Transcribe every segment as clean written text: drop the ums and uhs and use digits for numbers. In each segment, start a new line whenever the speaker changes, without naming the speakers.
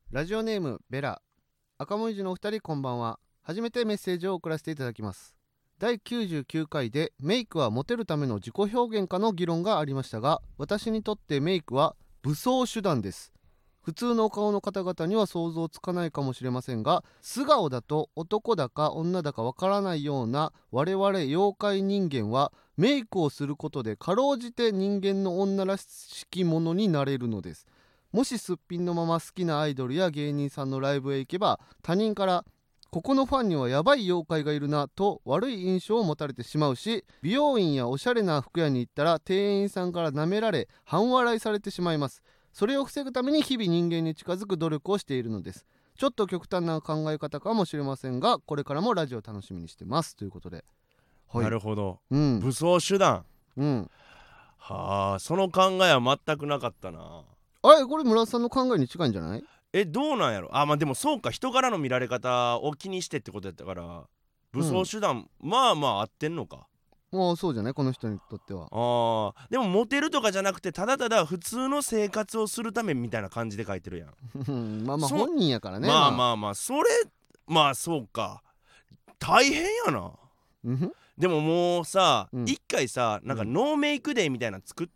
ラジオネームベラ。赤文字のお二人こんばんは。初めてメッセージを送らせていただきます。第99回でメイクはモテるための自己表現かの議論がありましたが、私にとってメイクは武装手段です。普通のお顔の方々には想像つかないかもしれませんが、素顔だと男だか女だかわからないような我々妖怪人間はメイクをすることでかろうじて人間の女らしきものになれるのです。もしすっぴんのまま好きなアイドルや芸人さんのライブへ行けば、他人からここのファンにはヤバい妖怪がいるなと悪い印象を持たれてしまうし、美容院やおしゃれな服屋に行ったら店員さんから舐められ半笑いされてしまいます。それを防ぐために日々人間に近づく努力をしているのです。ちょっと極端な考え方かもしれませんが、これからもラジオ楽しみにしてますということで、はい、
なるほど、
うん
武装手段。
うん、
はあ、その考えは全くなかったな。
あれこれ村田さんの考えに近いんじゃない？
どうなんやろ。まあでもそうか、人からの見られ方を気にしてってことやったから武装手段、まあまあ合ってんのか。
もうそうじゃない、この人にとっては。
でもモテるとかじゃなくて、ただただ普通の生活をするためみたいな感じで書いてるやん。
まあまあ本人やからね。
まあまあまあ、それまあそうか、大変やな。
うん、
でももうさ、
うん
一回さ、なんかノーメイクデーみたいなの作って、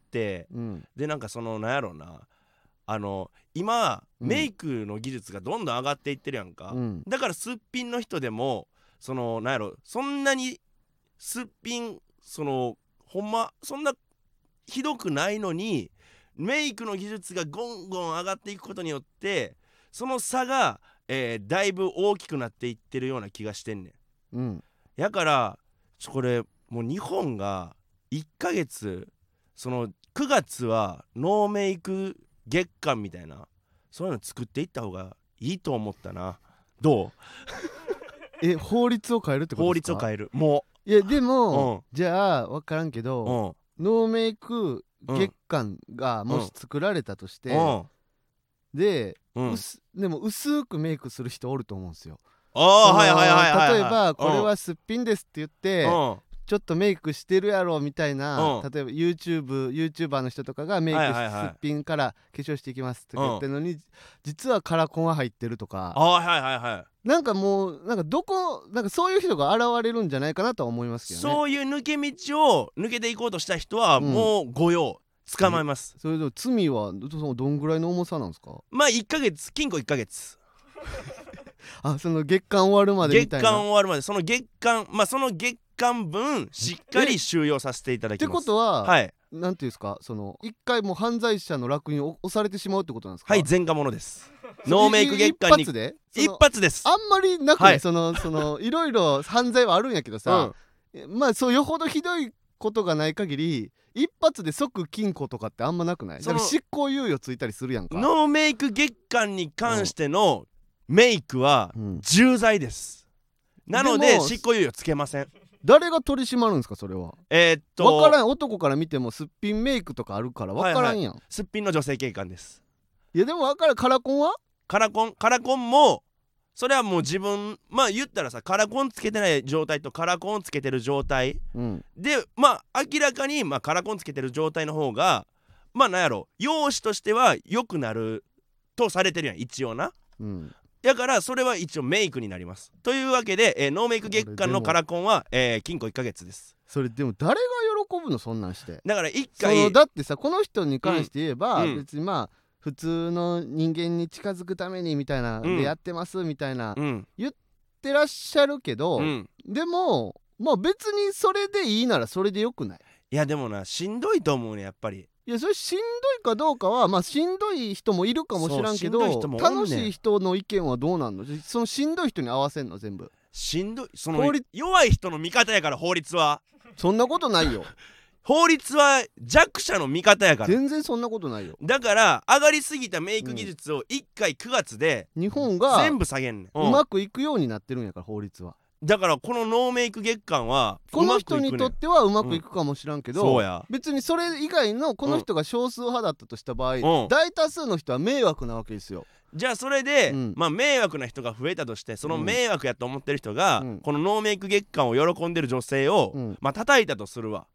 うん、
でなんかそのなんやろうな、今、メイクの技術がどんどん上がっていってるやんか、
うん、
だからすっぴんの人でもそのなんやろ、そんなにすっぴん、そのほんまそんなひどくないのに、メイクの技術がゴンゴン上がっていくことによってその差が、だいぶ大きくなっていってるような気がしてんねん。
うん、
やからこれもう日本が1ヶ月、その9月はノーメイク月間みたいな、そういうの作っていった方がいいと思ったな。ど
法律を変えるって
う？
ことですか？
法律を変える。も
いやでも、
うん
じゃあ分からんけ
う
ど、ノーメイク月間がもし作られたとして、で、でも薄くメイクする人おると思うんですよ。
はいはいはいはい、
例えばこれはすっぴんですって言って、
うん
ちょっとメイクしてるやろみたいな、
うん
例えば YouTuber の人とかがメイク
はいはいはい
すっぴんから化粧していきますとか言ってるのに、実はカラコンは入ってるとか、
はいはいはい、
なんかもうなんかそういう人が現れるんじゃないかなとは思いますけどね。
そういう抜け道を抜けていこうとした人はもう御用捕まえます。
それで罪はどんぐらいの重さなんですか？
まあ1ヶ月、禁錮1ヶ月。
その月間終わるまでみたいな。
月間終わるまで、その月間分しっかり収容させていただきます。
ってことは、
はい、
なんていうんですか、その一回もう犯罪者の楽に押されてしまうってことなんですか？
はい、前科者です。ノーメイク月間に一発です。
あんまりなくね、
はい、
そのいろいろ犯罪はあるんやけどさ、まあそうよほどひどいことがない限り一発で即禁錮とかってあんまなくない？だから執行猶予ついたりするやんか。
ノーメイク月間に関してのメイクは重罪です、なので執行猶予つけません。
誰が取り締まるんですかそれは？分からん、男から見てもすっぴんメイクとかあるから分からんやん、
すっぴんの女性警官です。
いやでも分からん。カラコンは
カラコンもそれはもう自分、まあ言ったらさ、カラコンつけてない状態とカラコンつけてる状態、でまあ明らかにカラコンつけてる状態の方がまあなんやろ、容姿としては良くなるとされてるやん一応な、だからそれは一応メイクになります。というわけで、ノーメイク月間のカラコンは、禁錮1ヶ月です。
それでも誰が喜ぶのそんなんして？
だから一回
だってさ、この人に関して言えば、別にまあ普通の人間に近づくためにみたいなでやってますみたいな、言ってらっしゃるけど、でもまあ別にそれでいいならそれでよくない？
いやでもな、しんどいと思うねやっぱり。
いやそれしんどいかどうかはまあしんどい人もいるかもしらんけど、楽しい人の意見はどうなんの？そのしんどい人に合わせんの？全部
しんどい、その弱い人の味方やから。法律は
そんなことないよ
法律は弱者の味方やから。
全然そんなことないよ。
だから上がりすぎたメイク技術を1回9月で
日本が
全部下げんねん。
うまくいくようになってるんやから法律は。
だからこのノーメイク月間は
この人にとってはうまくいくかもしらんけど、
そうや、
別にそれ以外のこの人が少数派だったとした場合、大多数の人は迷惑なわけですよ。
じゃあそれで、まあ迷惑な人が増えたとして、その迷惑やと思ってる人が、このノーメイク月間を喜んでる女性を、まあ叩いたとするわ、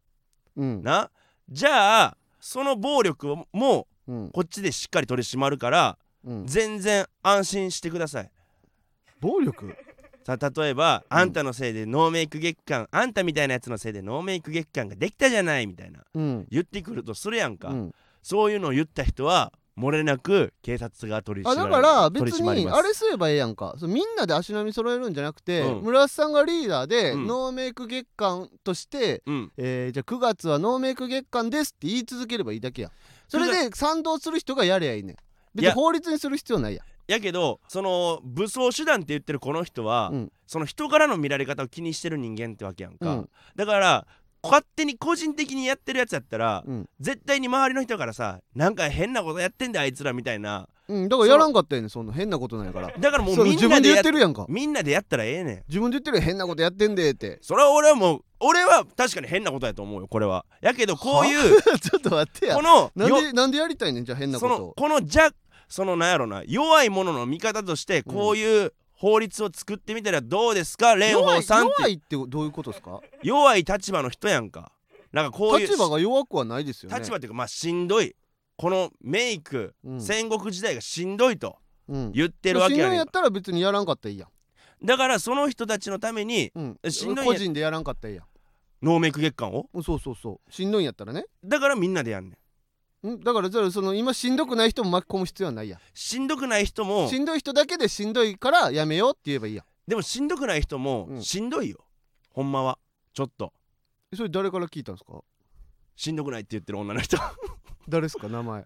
な。じゃあその暴力もこっちでしっかり取り締まるから、 全然安心してください。
暴力
例えば、あんたのせいでノーメイク月間、あんたみたいなやつのせいでノーメイク月間ができたじゃないみたいな、言ってくるとするやんか、そういうのを言った人は漏れなく警察が取り締まります。
だから別にあれすればええやんか。みんなで足並み揃えるんじゃなくて、村瀬さんがリーダーで、ノーメイク月間として、じゃあ9月はノーメイク月間ですって言い続ければいいだけやん。それで賛同する人がやれやいいねん。別に法律にする必要ないやん。
やけどその武装手段って言ってるこの人は、その人からの見られ方を気にしてる人間ってわけやんか、だから勝手に個人的にやってるやつやったら、絶対に周りの人からさ、なんか変なことやってんだあいつらみたいな、
だからやらんかったよね、そんな変なことないから。
だからもう
自分で言ってるやんか。
みんなでやったらええねん。
自分で言ってる変なことやってんでって。
それは俺は確かに変なことやと思うよ、これは。やけどこういう
ちょっと待ってや、
この
なんでやりたいねん、じゃあ変なことを。
このそのなんやろな、弱い者の味方としてこういう法律を作ってみたらどうですか、蓮舫さんって。
弱いってどういうことですか？
弱い立場の人やんか。なんかこういう
立場が弱くはないですよね。
立場っていうか、まあしんどい、このメイク、戦国時代がしんどいと言ってるわけやねん。
しんどいやったら別にやらんかったらいいやん。
だからその人たちのために、しんどい
個人でやらんかったらいいやん。
ノーメイク月間を。
そうしんどいんやったらね。
だからみんなでやんねん。
だからその今しんどくない人も巻き込む必要はないやん。
しんどくない人も、
しんどい人だけでしんどいからやめようって言えばいいやん。
でもしんどくない人もしんどいよ、ほんまは。ちょっと
それ誰から聞いたんですか？
しんどくないって言ってる女の人
誰ですか？名前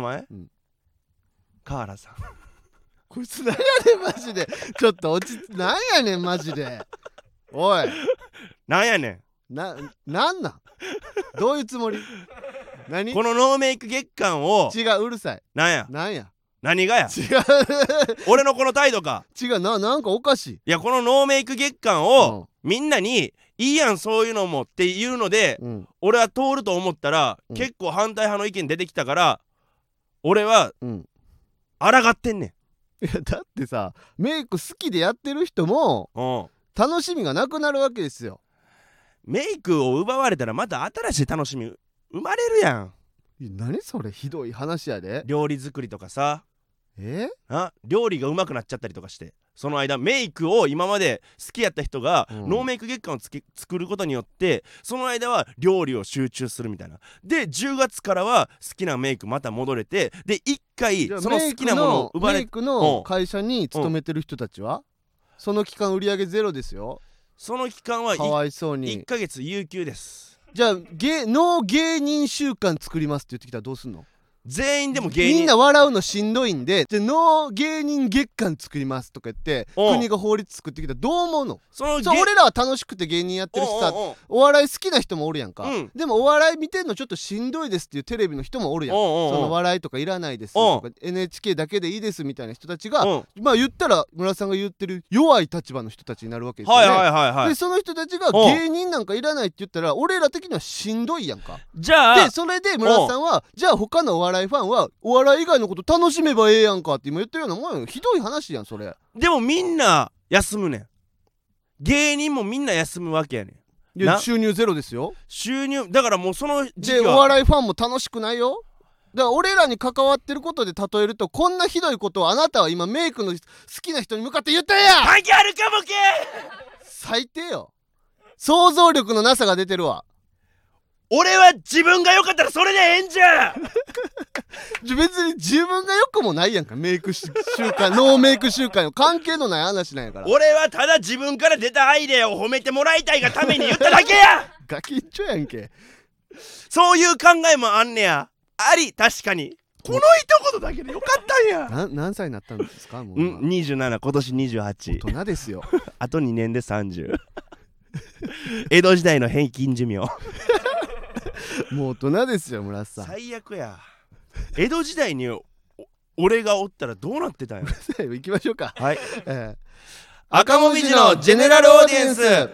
カーラさん。
こいつなんやねんマジで。ちょっとなんやねんマジで。おい
なんやね
んなんどういうつもり？何
このノーメイク月間を。
違う、うるさい。
なんや何がや。
違う
俺のこの態度か。
違うなんかおかしい。
いや、このノーメイク月間をみんなにいいやんそういうのもっていうので、俺は通ると思ったら、結構反対派の意見出てきたから、俺は抗ってんね
ん。いやだってさ、メイク好きでやってる人も楽しみがなくなるわけですよ。
メイクを奪われたらまた新しい楽しみ生まれるやん。
何それ、ひどい話やで。
料理作りとかさ、料理がうまくなっちゃったりとかして、その間メイクを今まで好きやった人が、ノーメイク月間を作ることによって、その間は料理を集中するみたいな。で10月からは好きなメイクまた戻れて、で一回その好きなものを奪われて、
メイクの会社に勤めてる人たちは、その期間売り上げゼロですよ。
その期間は
かわいそうに
1ヶ月有給です。
じゃあノー芸人週間作りますって言ってきたらどうすんの？
全員でも芸人
みんな笑うのしんどいんで、じゃあノー芸人月間作りますとか言って国が法律作ってきたらどう思うの？俺らは楽しくて芸人やってるしさ、お笑い好きな人もおるやんか、でもお笑い見てんのちょっとしんどいですっていうテレビの人もおるやん。その笑いとかいらないですとか NHK だけでいいですみたいな人たちが、まあ言ったら村さんが言ってる弱い立場の人たちになるわけですよね。でその人たちが芸人なんかいらないって言ったら俺ら的にはしんどいやんか。
じゃあ
でそれで村さんはじゃあ他のお笑いファンはお笑い以外のこと楽しめばええやんかって今言ってるようなもんよ。ひどい話やんそれ。
でもみんな休むねん。芸人もみんな休むわけやねん。
いや収入ゼロですよ。
収入だからもうその時期は
でお笑いファンも楽しくないよ。だから俺らに関わってることで例えると、こんなひどいことをあなたは今メイクの好きな人に向かって言ったんや。
関係あるかボケ。
最低よ。想像力のなさが出てるわ。
俺は自分が良かったらそれでええんじゃ。
別に自分が良くもないやんか。メイク習慣ノーメイク習慣よ。関係のない話なんやから。
俺はただ自分から出たアイデアを褒めてもらいたいがために言っただけや。
ガキンチョやんけ。
そういう考えもあんねや。あり、確かにこの一言だけでよかったんや。
何歳になったんですか？もう
27、今年28。
大人ですよ。
あと2年で30。江戸時代の平均寿命。
もう大人ですよ村瀬さん。
最悪や。江戸時代に俺がおったらどうなってたんや。
行きましょうか。
はい、
赤もみじのジェネラルオーディエンス。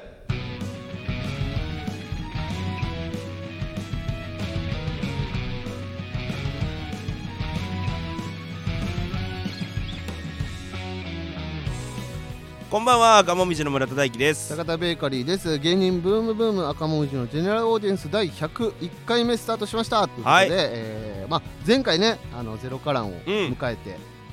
こんばんは、赤もみじの村田大樹です。
高田ベーカリーです。芸人ブームブーム赤もみじのジェネラルオーディエンス第101回目スタートしましたということで、前回ねゼロカランを迎えて、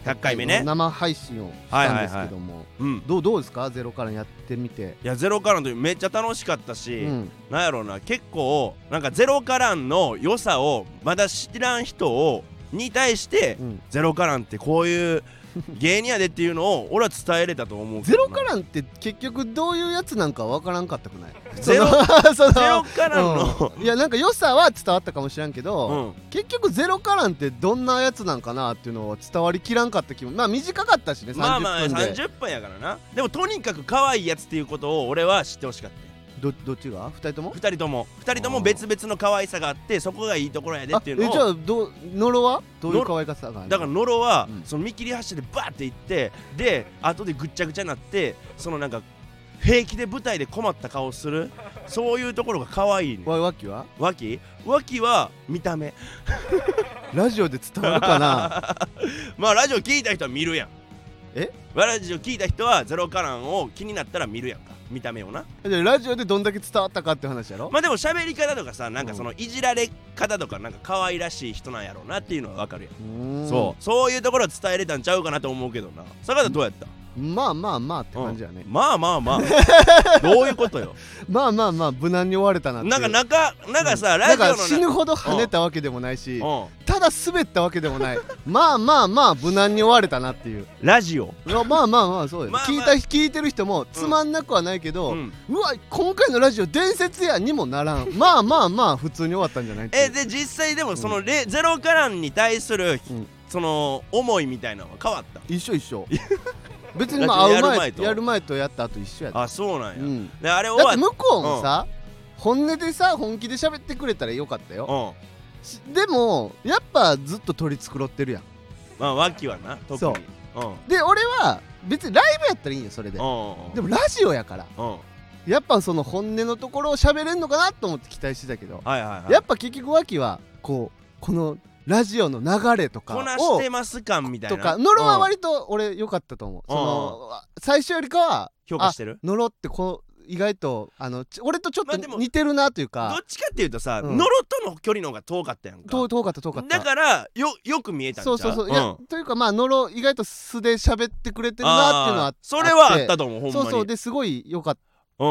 100回目ね
生配信をしたんですけども、どうですかゼロからやってみて。
いやゼロからの時めっちゃ楽しかったし、なんやろうな、結構なんかゼロからの良さをまだ知らん人に対して、ゼロからってこういう芸人やでっていうのを俺は伝えれたと思う。
ゼロからって結局どういうやつなんかわからんかったくない？
ゼロからの、
いやなんか良さは伝わったかもしらんけど、結局ゼロからってどんなやつなんかなっていうのは伝わりきらんかった気も。まあ短かったしね、30分で。
まあまあ30分やからな。でもとにかく可愛いやつっていうことを俺は知ってほしかった。
どっちが2人とも
2人とも別々の可愛さがあって、そこがいいところやでっていうのを。
じゃあノロはどういう可愛さがあるの？
だからノロは、その見切り発車でバーっていって、で後でぐっちゃぐちゃになって、そのなんか平気で舞台で困った顔する、そういうところが可愛いね。
脇
は見た目
ラジオで伝わるかな
まあラジオ聞いた人は見るやん。ラジオ聞いた人はゼロカランを気になったら見るやんか、見た目をな。
ラジオでどんだけ伝わったかって話やろ。
まあでも喋り方とかさ、なんかそのいじられ方とかなんか可愛らしい人なんやろうなっていうのは分かるやん。そういうところは伝えれたんちゃうかなと思うけどな。坂田どうやった？
まあって感じやね。
まあどういうことよ。
まあ無難に終われたなって。
なんかさ、ラジオの
死ぬほど跳ねたわけでもないし、ただ滑ったわけでもない。まあ無難に終われたなっていう。
ラジオ
まあそうよ。聞いてる人もつまんなくはないけど、うわ今回のラジオ伝説やにもならん。まあ普通に終わったんじゃない？
で実際でもそのゼロカランに対するその思いみたいなのは変わった？
一緒別に会うやる前とやった後一緒やった。
あ、そうなんや。であれ
だって向こうもさ、本音でさ本気で喋ってくれたらよかったよ。でもやっぱずっと取り繕ってるやん。
まあ脇はな、特に。
で俺は別にライブやったらいいんよそれで。でもラジオやからやっぱその本音のところを喋れんのかなと思って期待してたけど、やっぱ結局脇はこのラジオの流れとかを
こなしてます感みたいな
とか、ノロは割と俺良かったと思う。その最初よりかは
評価してる。
ノロって意外と俺とちょっと似てるなというか、
どっちかっていうとさ、ノロとの距離の方が遠かったやんか。
遠かっただ
からよく見えたんちゃう？
そういやというかまあノロ意外と素で喋ってくれてるなっていうのはあって、
それはあったと思う。ほんまに
そうですごい良かった。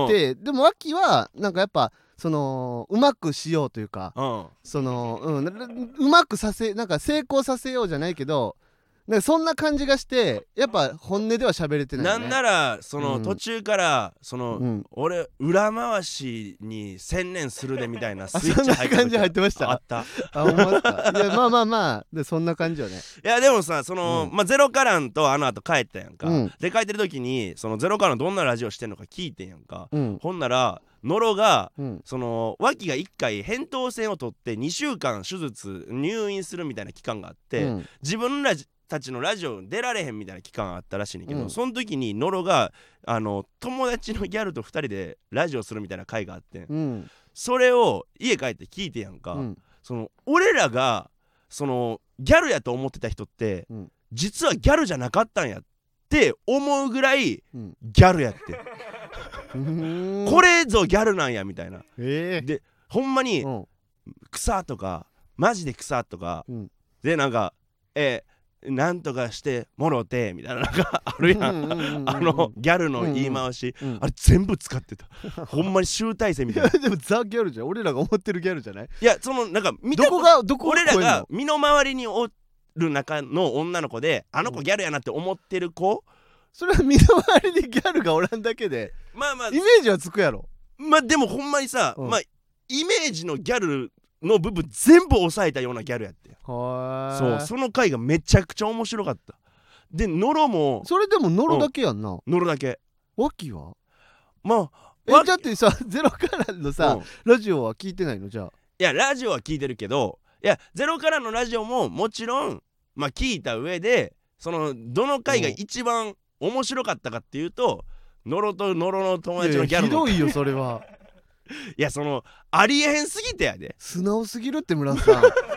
でも脇はなんかやっぱそのうまくしようというか、そのうまくなんか成功させようじゃないけど、なんかそんな感じがしてやっぱ本音では喋れてないね。
なんならその途中からその俺裏回しに専念するでみたいなスイッチ
入って感じ入ってました。
あった。
思いますか？いやまあでそんな感じよね。
いやでもさ、そのゼロカランと後帰ったやんか。で帰ってる時にそのゼロカランどんなラジオしてんのか聞いてんやんか。ほんならノロがその脇が1回扁桃腺を取って2週間手術入院するみたいな期間があって、自分たちのラジオ出られへんみたいな期間があったらしいねんけど、その時にノロが友達のギャルと2人でラジオするみたいな回があって、それを家帰って聞いてやんか。その俺らがそのギャルやと思ってた人って、実はギャルじゃなかったんやって思うぐらいギャルやってこれぞギャルなんやみたいな。でほんまに草とかマジで草とかでなんかなんとかしてもろてみたいなのがあるやん。ギャルの言い回し、あれ全部使ってた。ほんまに集大成みたいな。
でもザ・ギャルじゃん。俺らが思ってるギャルじゃない？
いやそのなんか
どこ
俺らが身の回りにおる中の女の子であの子ギャルやなって思ってる子、
それは身の回りにギャルがおらんだけで
まあ
イメージはつくやろ。
まあでもほんまにさ、まあイメージのギャルの部分全部抑えたようなギャルやって。その回がめちゃくちゃ面白かった。でノロも
それでもノロだけやんな。
ノロだけ。
脇は
ま
あだってさゼロからのさ、ラジオは聞いてないの？じゃあ
いやラジオは聞いてるけど、いやゼロからのラジオももちろんまあ聞いた上で、そのどの回が一番面白かったかっていうと、ノロとノロの友達のギャルの。
ひどいよそれは。
いやそのありえへんすぎてやで。
素直すぎるって村さん。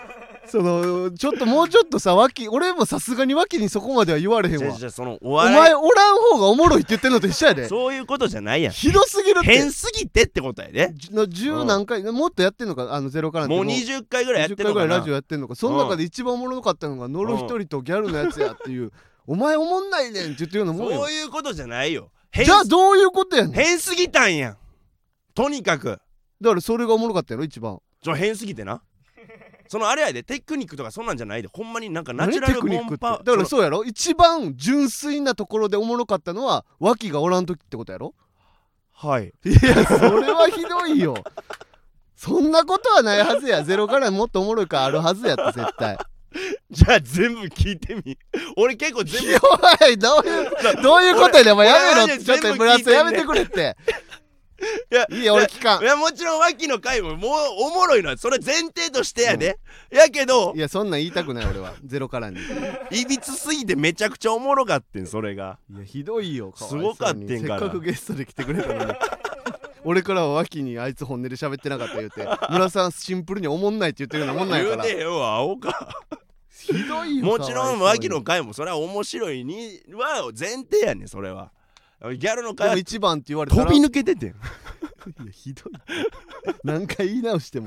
そのちょっともうちょっとさ脇俺もさすがに脇にそこまでは言われへんわ。
じゃその
お前おらん方がおもろいって言ってんのと一緒やで。
そういうことじゃないやん。
ひどすぎるって。
変すぎてってことやで。
10何回、もっとやってんのかゼロから
もう20回ぐらいやってんのかな。
20回ぐらいラジオやってんのか。その中で一番おもろかったのがノロ一人とギャルのやつやっていうお前おもんないねんって言ってるようなもんよ。
そういうことじゃないよ。
じゃあどういうことやねん。
変すぎたんやん。とにかく
だからそれがおもろかったやろ一番。
変すぎてな。そのあれやでテクニックとかそんなんじゃないで、ほんまになんかナチュラルボンパ
だからそうやろ。一番純粋なところでおもろかったのは脇がおらん時ってことやろ。
はい。
いやそれはひどいよ。そんなことはないはずや。ゼロからもっとおもろいからあるはずやって絶対。
じゃあ全部聞いてみ。俺結構全部
おいどういうことやねん。お前やめろって。ちょっと村瀬やめてくれって。いいや俺聞かん。
いやもちろん脇の回ももうおもろいのはそれ前提としてやで、やけど
いやそんなん言いたくない俺はゼロからに。
いびつすぎてめちゃくちゃおもろかってんそれが。
いやひどいよ。
すごかってんから。
せっかくゲストで来てくれたのに俺からは脇にあいつ本音で喋ってなかった言うて村さんシンプルにおもんないって言ってるようなもんないから。
言うてよ青か。
ひどいよ。
もちろん脇の回もそれは面白いには前提やねんそれは。ギャルの回は
一番って言われたら
飛び抜けててん。
いやひどい何回言い直しても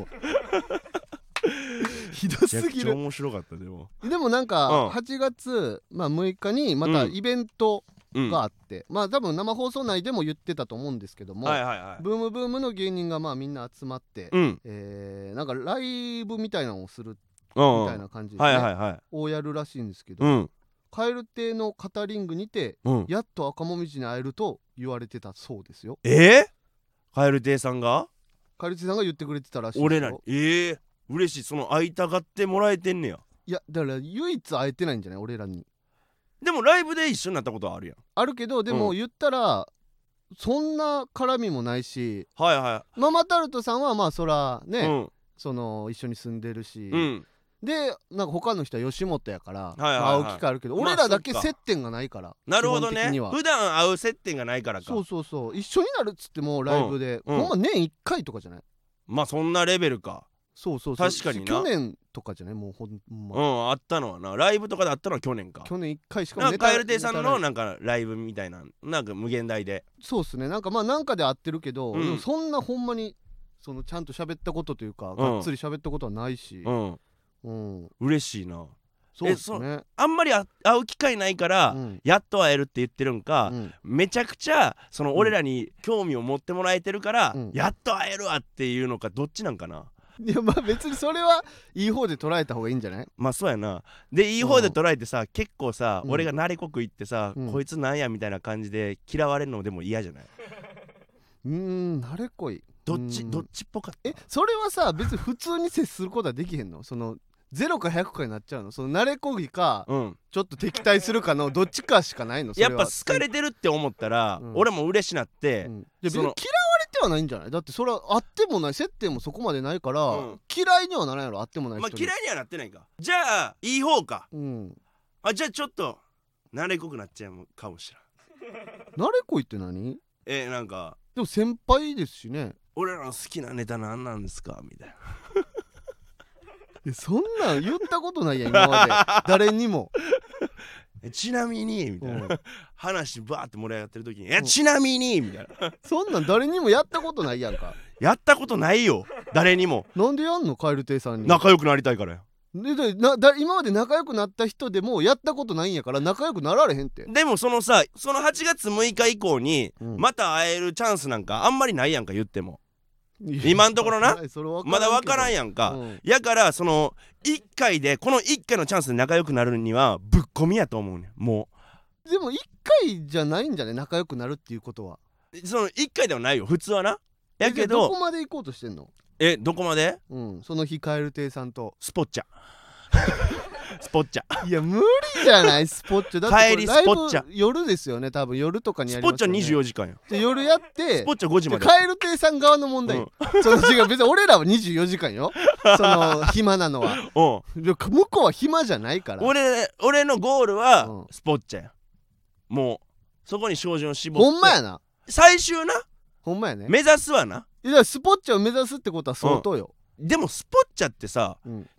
ひどすぎる。
めちゃくちゃ面白かったでも。
でもなんか8月、6日にまたイベントがあって、まあ多分生放送内でも言ってたと思うんですけども、ブームブームの芸人がまあみんな集まって、なんかライブみたいなのをするみたいな感じでねをやるらしいんですけど、蛙亭のカタリングにて、やっと赤もみじに会えると言われてたそうですよ。
蛙亭さんが
言ってくれてたらしいですよ。
俺らに嬉しい。その会いたがってもらえてんねや。
いやだから唯一会えてないんじゃない俺らに。
でもライブで一緒になったことはあるやん。
あるけどでも言ったら、そんな絡みもないし、ママタルトさんはまあそらね、その一緒に住んでるし、でなんか他の人は吉本やから会う機会あるけど、俺らだけ接点がないから。
なるほどね。普段会う接点がないからか。
そう一緒になるっつってもライブで、ほんま年1回とかじゃない。
まあそんなレベルか。
そう
確かにな。
去年とかじゃない。もうほんま
あったのはな、ライブとかであったのは去年か。
去年1回しかも。
蛙亭さんのなんかライブみたいな、なんか無限大で。
そうっすね。なんかまあなんかで会ってるけど、でもそんなほんまにそのちゃんと喋ったことというか、がっつり喋ったことはないし、
嬉しいな。
そうですね。
あんまり会う機会ないから、やっと会えるって言ってるんか、めちゃくちゃその俺らに興味を持ってもらえてるから、やっと会えるわっていうのか、どっちなんかな。
いやまあ別にそれはいい方で捉えた方がいいんじゃない。
まあそうやな。でいい方で捉えてさ、結構さ、俺が慣れこく言ってさ、こいつなんやみたいな感じで嫌われるのでも嫌じゃない。
慣れこい。
どっちっぽかった。
それはさ別に普通に接することはできへんの。その0か100かになっちゃうの。その慣れこぎか、ちょっと敵対するかのどっちかしかないの。
やっぱ好かれてるって思ったら、俺も嬉しなって、
別に嫌われてはないんじゃない。だってそれはあってもない、接点もそこまでないから、嫌いにはならんやろ。あってもない人に。
嫌いにはなってないか。じゃあいい方か。じゃあちょっと慣れこくなっちゃうかもしれん。
慣れこいって何？
なんか
でも先輩ですしね。
俺らの好きなネタ何なんですかみたい
な。そんなん言ったことないやん今まで誰にも。
ちなみにみたいな、話バーって盛り上がってる時にちなみにみたいな。
そんなん誰にもやったことないやんか。
やったことないよ誰にも。
なんでやんの蛙亭さんに。
仲良くなりたいからや。
今まで仲良くなった人でもやったことないんやから仲良くなられへんって。
でもその8月6日以降にまた会えるチャンスなんかあんまりないやんか。言っても今んところなまだ分からんやんか。やからその1回でこの1回のチャンスで仲良くなるにはぶっ込みやと思うねん。も
うでも1回じゃないんじゃね仲良くなるっていうことは。
その1回ではないよ普通はな。やけど
どこまで行こうとしてんの。
どこまで。
その日蛙亭さんと
スポッチャスポッチャ。
いや無理じゃないスポッチャ。だって
帰りスポッチャ
夜ですよね多分。夜とかにやりますよね。
スポッチャ24時間や。
で夜やって
スポッチャ5時まで。
蛙亭さん側の問題。その違う別に俺らは24時間よ。その暇なのは。向こうは暇じゃないから。
俺のゴールはスポッチャや。もうそこに照準を絞って。
ほんまやな。
最終な。
ほんまやね。
目指すわな。
いやスポッチャを目指すってことは相当よ。
でもスポッチャってさ、結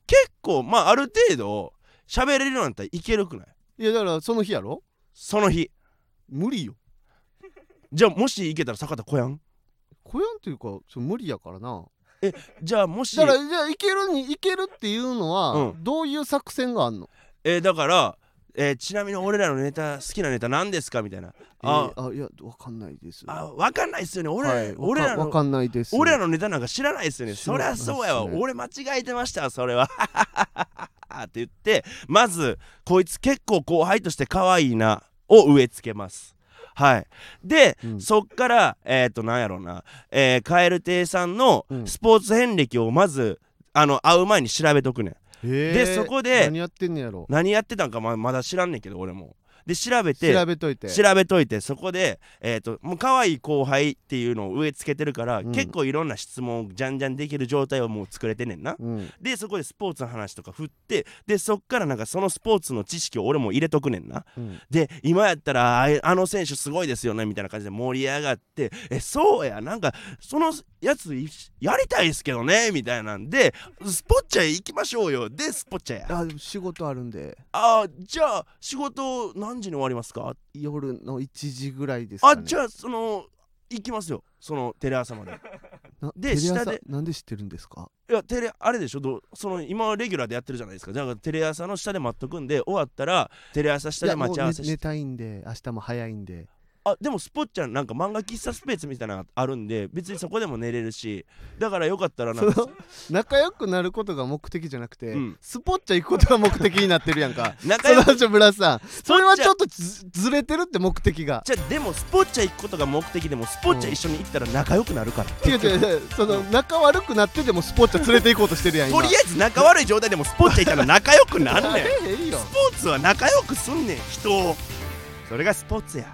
構まあある程度喋れるようになったらいけるくない？
いやだからその日やろ。
その日
無理よ。
じゃあもしいけたら坂田来やん？
こやんっていうか無理やからな。
じゃあもし
だからじゃあいけるっていうのは、どういう作戦があんの？
だから、ちなみに俺らのネタ好きなネタ何ですかみたいな。
いやわかんないです。
わかんないっすよね。俺らの
わかんないです。
俺らのネタなんか知らないっすよね。そりゃそうやわ。俺間違えてましたわそれは。って言ってまずこいつ結構後輩として可愛いなを植え付けます。はい。で、そっからなんやろうな、蛙亭さんのスポーツ遍歴をまず会う前に調べとくねん。でそこで
何やってんねやろ。
何やってたんかまだ知らんねんけど俺も。で調べといてそこでもう可愛い後輩っていうのを植え付けてるから、結構いろんな質問をじゃんじゃんできる状態をもう作れてんねんな。でそこでスポーツの話とか振って、でそっからなんかそのスポーツの知識を俺も入れとくねんな。で今やったらあの選手すごいですよねみたいな感じで盛り上がって、そうやなんかそのやつやりたいですけどねみたいなんでスポッチャへ行きましょうよ。でスポッチャや。
でも仕事あるんで。
じゃあ仕事何時に終わりますか？
夜の1時ぐらいですかね。
じゃあ行きますよそのテレ朝まで。
で下でなんで知ってるんですか？
いやあれでしょ今レギュラーでやってるじゃないですか。じゃあテレ朝の下で待っとくんで終わったらテレ朝下で待ち合わせして。
寝たいんで明日も早いんで。
でもスポッチャなんか漫画喫茶スペースみたいなのがあるんで別にそこでも寝れるし、だからよかったらなんか
仲良くなることが目的じゃなくて、スポッチャ行くことが目的になってるやんか。
仲良く
ブラスさんそれはちょっとずれてるって目的が。
じゃあでもスポッチャ行くことが目的でもスポッチャ一緒に行ったら仲良くなるから。
違う仲悪くなってでもスポッチャ連れて行こうとしてるやん。
とりあえず仲悪い状態でもスポッチャ行ったら仲良くなんねん。スポーツは仲良くすんねん人を。それがスポーツや。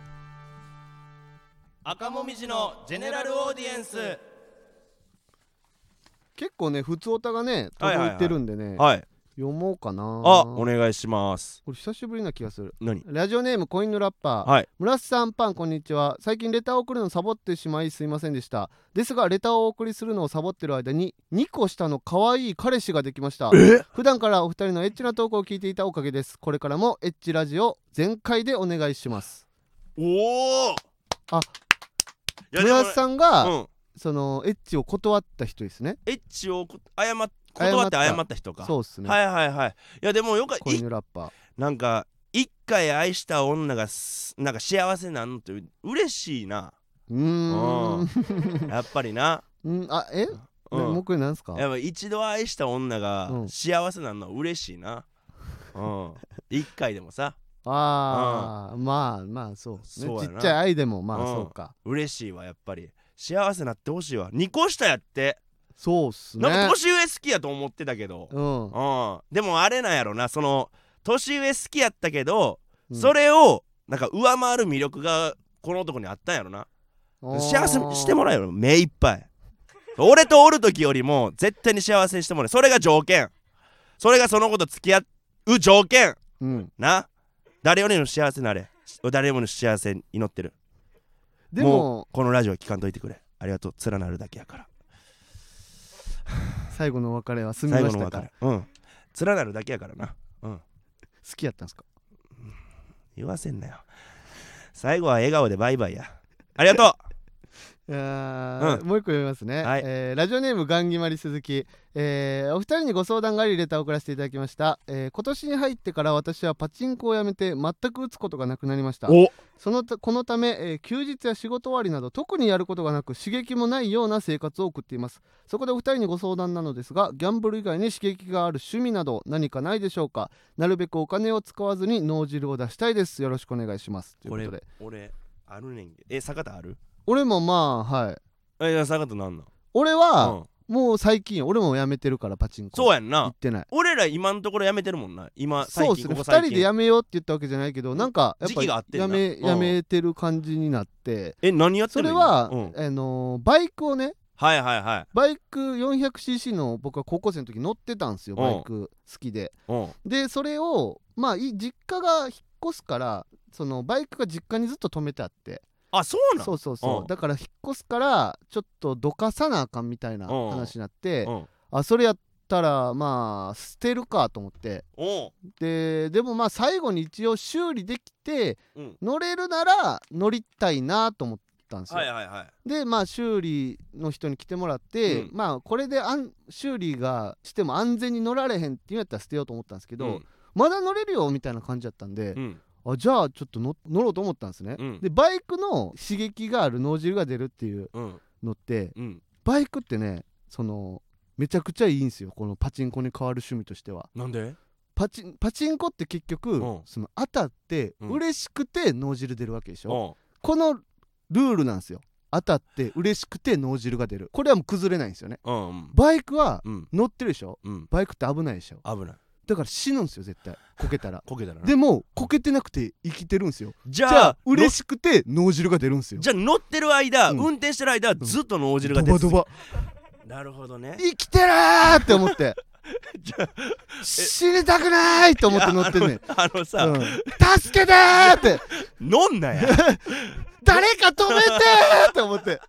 赤もみじのジェネラルオーディエンス。
結構ね普通オタがね届いてるんでね、読もうかな。
お願いします。
これ久しぶりな気がする。
何？
ラジオネーム子犬ラッパー、村瀬さんパンこんにちは。最近レターを送るのサボってしまいすいませんでした。ですがレターをお送りするのをサボってる間に2個下の可愛い彼氏ができました。普段からお二人のエッチなトークを聞いていたおかげです。これからもエッチラジオ全開でお願いします。村瀬さんが、そのエッチを断った人ですね。
エッチを断って謝った人か。
そうっすね。
いやでもよかった。
子犬ラッパー
なんか一回愛した女がなんか幸せなんて嬉しいな。やっぱりな。も
う一回なんすか？
やっぱ一度愛した女が幸せなのは嬉しいな。一回でもさ。
まあそうね。ちっちゃい愛でもそうか。
嬉しいわやっぱり。幸せなってほしいわ。2個下やって。
そうっすね。
なんか年上好きやと思ってたけど、でもあれなんやろな、その年上好きやったけど、それをなんか上回る魅力がこの男にあったんやろな。幸せにしてもらえよ目いっぱい。俺とおる時よりも絶対に幸せにしてもらえ。それが条件。それがその子と付き合う条件、な。誰よりも幸せなれ。誰よりも幸せに祈ってる。でもこのラジオ聞かんといてくれ。ありがとう。連なるだけやから。
最後のお別れは済みましたか？
連なるだけやからな。好
きやったんすか？
言わせんなよ。最後は笑顔でバイバイや。ありがとう。
もう一個読みますね。ラジオネームガンギマリ鈴木、お二人にご相談がありレターを送らせていただきました。今年に入ってから私はパチンコをやめて全く打つことがなくなりました。このため、休日や仕事終わりなど特にやることがなく刺激もないような生活を送っています。そこでお二人にご相談なのですが、ギャンブル以外に刺激がある趣味など何かないでしょうか？なるべくお金を使わずに脳汁を出したいです。よろしくお願いします。ということで。
俺あるねんけど。坂田ある？
俺もはい。
坂田なんなん？
俺は、もう最近俺もやめてるからパチンコ。
そうやんな。
行ってない。
俺ら今のところやめてるもんな。今最近。
そうですね。2人でやめようって言ったわけじゃないけど、なんかやっぱりやめてる感じになって。
何やってるの？
それはバイクをね。
バ
イク 400cc の僕は高校生の時乗ってたんですよ。バイク好きで。でそれを実家が引っ越すから、そのバイクが実家にずっと止めてあって。
そうなん？
そうだから引っ越すからちょっとどかさなあかんみたいな話になって、それやっったらまあ捨てるかと思って、でもまあ最後に一応修理できて、乗れるなら乗りたいなと思ったんですよ。でまあ修理の人に来てもらって、まあこれで修理がしても安全に乗られへんっていうんやったら捨てようと思ったんですけど、まだ乗れるよみたいな感じだったんで、じゃあちょっと乗ろうと思ったんですね。でバイクの刺激がある脳汁が出るっていうのって、バイクってねめちゃくちゃいいんですよ、このパチンコに変わる趣味としては。
なんで？
パチンコって結局、その当たって嬉しくて脳汁出るわけでしょ。このルールなんですよ。当たって嬉しくて脳汁が出る。これはもう崩れないんですよね。バイクは乗ってるでしょ。バイクって危ないでしょ。
危ない。
だから死ぬんですよ絶対、こけたらでもこけてなくて生きてるんですよ。
じゃあ
嬉しくて脳汁が出るんですよ。
じゃあ乗ってる間、運転してる間ずっと脳汁が出る。ドバドバ。なるほどね。
生きてるーって思って死にたくないと思って乗ってんねん。助けてーって
乗んなや
誰か止めてーって思って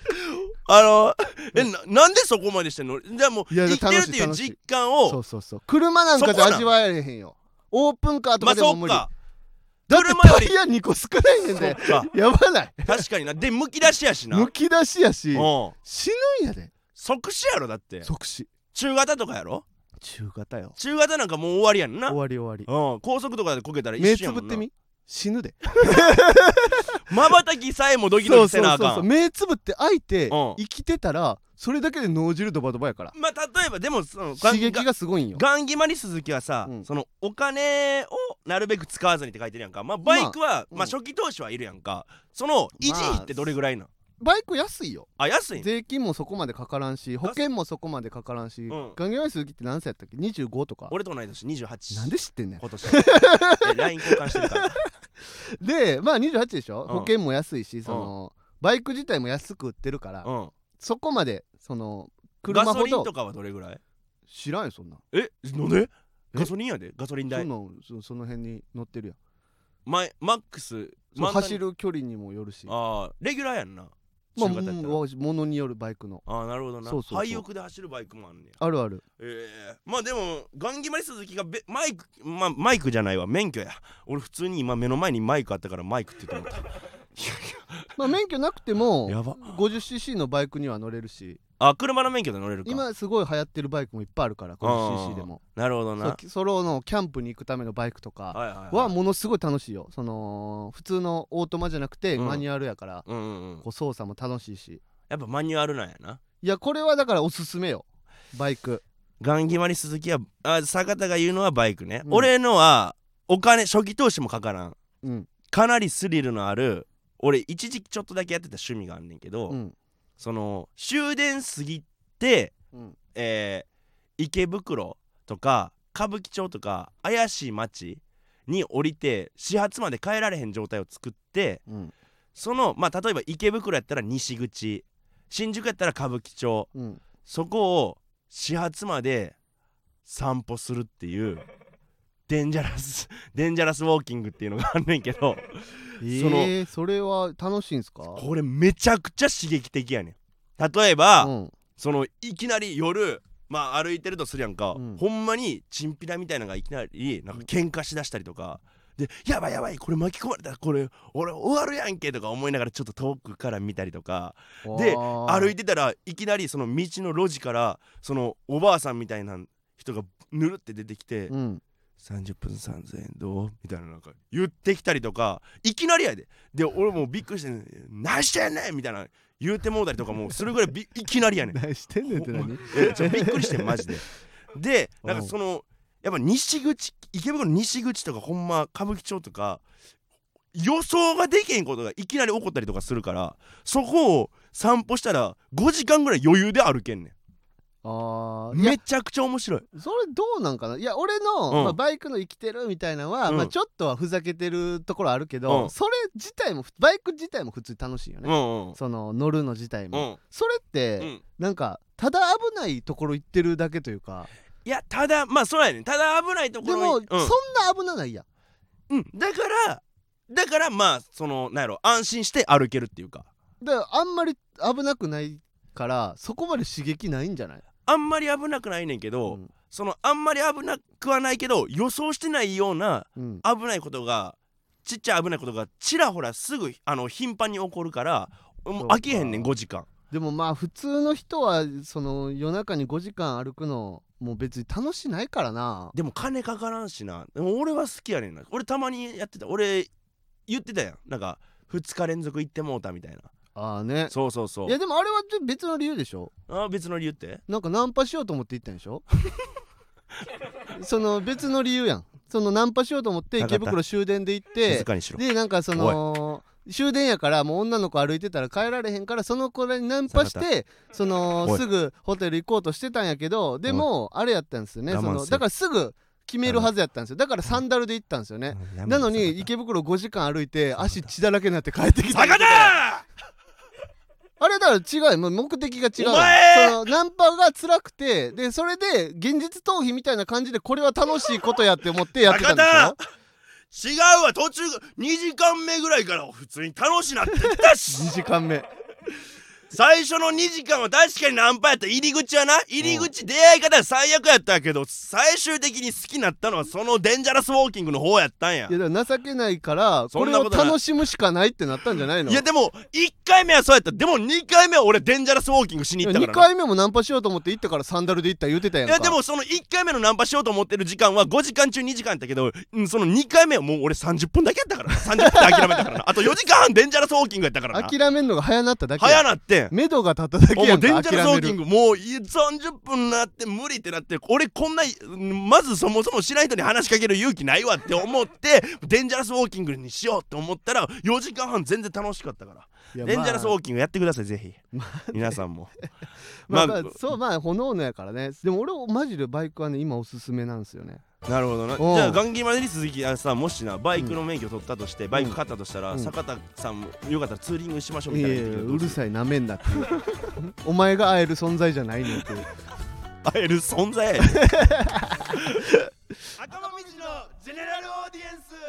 なんでそこまでしてんの？じゃあもう生きてるっていう実感を。
そう車なんかで味わえれへんよ。オープンカーとかでも無理。だってタイヤ2個少ないねんでやばない？
確かにな。でむき出しやしな。
むき出しやし死ぬんやで。
即死やろ。だって
即死。
中型とかやろ。
中型よ。
中型なんかもう終わりやんな。
終わり。
高速とかでこけたら一緒やもんな。
目つぶってみ、死ぬで
まばたきさえもドキドキせなあかん。
目つぶって開いて生きてたらそれだけで脳汁ドバドバやから。
まあ例えばでも
刺激がすごいんよ。
ガンギマリ鈴木はさ、そのお金をなるべく使わずにって書いてるやんか。まあバイクはまあ初期投資はいるやんか。その維持費ってどれぐらいなん？
バイク安いよ。
安い。
税金もそこまでかからんし、保険もそこまでかからんし、ガンギマリ鈴木って何歳やったっけ？25とか。
俺と同い年28。
なんで知ってんねん
今年LINE 交換してるから
でまあ28でしょ。保険も安いし、バイク自体も安く売ってるから、そこまで車ほど。
ガソリンとかはどれぐらい？
知らんよそんな。
なんで？ガソリンやで。ガソリン代
その辺に乗ってるやん。
マックス
走る距離にもよるし。
レギュラーやんな。
まあものによるバイクの。
なるほどな。廃屋で走るバイクもあんねん。
あるある。
まあでもガンギマリ鈴木がマイクじゃないわ、免許や。俺普通に今目の前にマイクあったからマイクって言って思った
まあ免許なくても 50cc のバイクには乗れるし。
車の免許で乗れるか。
今すごい流行ってるバイクもいっぱいあるから 50cc でも。
なるほどな。
ソロのキャンプに行くためのバイクとかはものすごい楽しいよ。普通のオートマじゃなくてマニュアルやから、操作も楽しいし。
やっぱマニュアルなんやな。
いやこれはだからおすすめよバイク。
ガンギマリ鈴木は坂田が言うのはバイクね。俺のはお金初期投資もかからん。かなりスリルのある。俺一時期ちょっとだけやってた趣味があんねんけど、終電過ぎて、池袋とか歌舞伎町とか怪しい街に降りて始発まで帰られへん状態を作って、まあ例えば池袋やったら西口、新宿やったら歌舞伎町、そこを始発まで散歩するっていうデンジャラスウォーキングっていうのがあんねんけど
それは楽しいんすか？
これめちゃくちゃ刺激的やねん。例えば、いきなり夜歩いてるとするやんか、ほんまにチンピラみたいなのがいきなりなんか喧嘩しだしたりとかで、やばいこれ巻き込まれたらこれ俺終わるやんけとか思いながらちょっと遠くから見たりとかで、歩いてたらいきなりその道の路地からそのおばあさんみたいな人がぬるって出てきて、30分3000円どうみたいななんか言ってきたりとか、いきなりやで。で俺もうびっくりして「何してんねん!」みたいな言うてもうたりとかもするぐらいいきなりやねん。
何してんねんって何？
びっくりしてんマジで。でなんかやっぱ池袋西口とかほんま歌舞伎町とか予想ができへんことがいきなり起こったりとかするから、そこを散歩したら5時間ぐらい余裕で歩けんねん。めちゃくちゃ面白い。
それどうなんかな。いや俺の、バイクの生きてるみたいなのは、ちょっとはふざけてるところあるけど、それ自体もバイク自体も普通に楽しいよね。乗るの自体も、それって、なんかただ危ないところ行ってるだけというか。
いやただまあそうやねん。ただ危ないところ
でも、そんな危ないやん。
だからまあなんやろ、安心して歩けるっていうか。
だからあんまり危なくないからそこまで刺激ないんじゃない？
あんまり危なくないねんけど、そのあんまり危なくはないけど予想してないような危ないことが、ちっちゃい危ないことがちらほらすぐ頻繁に起こるからもう飽きへんねん5時間。
でもまあ普通の人はその夜中に5時間歩くのもう別に楽しないからな。
でも金かからんしな。でも俺は好きやねんな。俺たまにやってた。俺言ってたやん、なんか2日連続行ってもうたみたいな。
ああね。
そうそうそう。
いやでもあれは別の理由でしょ。
別の理由って？
なんかナンパしようと思って行ったんでしょその別の理由やん。そのナンパしようと思って池袋終電で行って、
静かにしろ。
でなんかその終電やからもう女の子歩いてたら帰られへんから、その子らにナンパしてそのすぐホテル行こうとしてたんやけど、でもあれやったんですよね。そのだからすぐ決めるはずやったんですよ。だからサンダルで行ったんですよね。なのに池袋5時間歩いて足血だらけになって帰ってきた。
坂田
あれだから違う、もう目的が違う。
お前
そのナンパが辛くて、でそれで現実逃避みたいな感じでこれは楽しいことやって思ってやってたんでしょ。
違うわ、途中2時間目ぐらいから普通に楽しなってきたし
2時間目
最初の2時間は確かにナンパやった。入り口はな、入り口出会い方は最悪やったけど、最終的に好きになったのはそのデンジャラスウォーキングの方やったんや。
いやだから情けないからこれを楽しむしかないってなったんじゃないの。
いやでも1回目はそうやった。でも2回目は俺デンジャラスウォーキングしに行ったからな。
2回目もナンパしようと思って行ったからサンダルで行った言うてたやんか。
いやでもその1回目のナンパしようと思ってる時間は5時間中2時間やったけど、その2回目はもう俺30分だけやったからな。30分で諦めたからな。あと4時間半デンジャラスウォーキングやったからな。
諦めんのが早なっただけ
早なって
目処が立っただけやんか。
もうデンジャラスウォーキングもう30分になって無理ってなって、俺こんなまずそもそも知らん人に話しかける勇気ないわって思ってデンジャラスウォーキングにしようって思ったら4時間半全然楽しかったから。デンジャラスウォーキングやってくださいぜひ、皆さんも
そうまあ炎のやからね。でも俺マジでバイクはね今おすすめなんですよね。
なるほどな。じゃあガンギマでに続きさ、もしなバイクの免許取ったとして、バイク買ったとしたら、坂田さんもよかったらツーリングしましょうみたいな。
うるさいなめんなってお前が会える存在じゃないねんって
会える存在赤間道のジェネラルオーディエンス。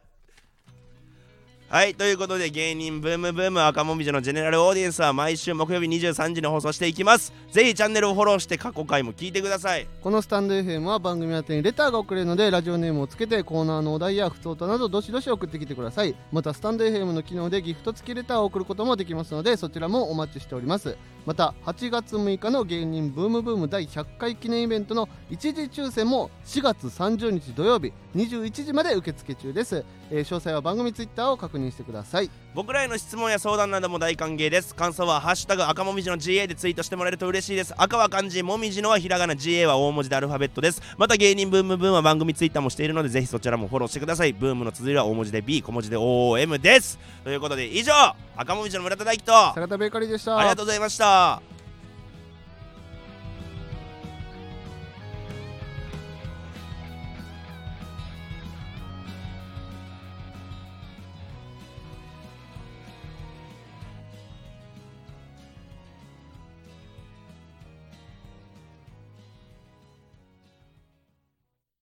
はい、ということで芸人ブームブーム赤もみじのジェネラルオーディエンスは毎週木曜日23時に放送していきます。ぜひチャンネルをフォローして過去回も聞いてください。
このスタンド FM は番組宛てにレターが送れるので、ラジオネームをつけてコーナーのお題や普通歌などどしどし送ってきてください。またスタンド FM の機能でギフト付きレターを送ることもできますので、そちらもお待ちしております。また8月6日の芸人ブームブーム第100回記念イベントの一時抽選も4月30日土曜日21時まで受付中です。詳細は番組ツイッターを確認してください。
僕らへの質問や相談なども大歓迎です。感想はハッシュタグ赤もみじの GA でツイートしてもらえると嬉しいです。赤は漢字、もみじのはひらがな、 GA は大文字でアルファベットです。また芸人ブームブームは番組ツイッターもしているので、ぜひそちらもフォローしてください。ブームの綴りは大文字で B、小文字で OM です。ということで以上、赤もみじの村田大樹と
坂田ベーカリーでした。
ありがとうございました。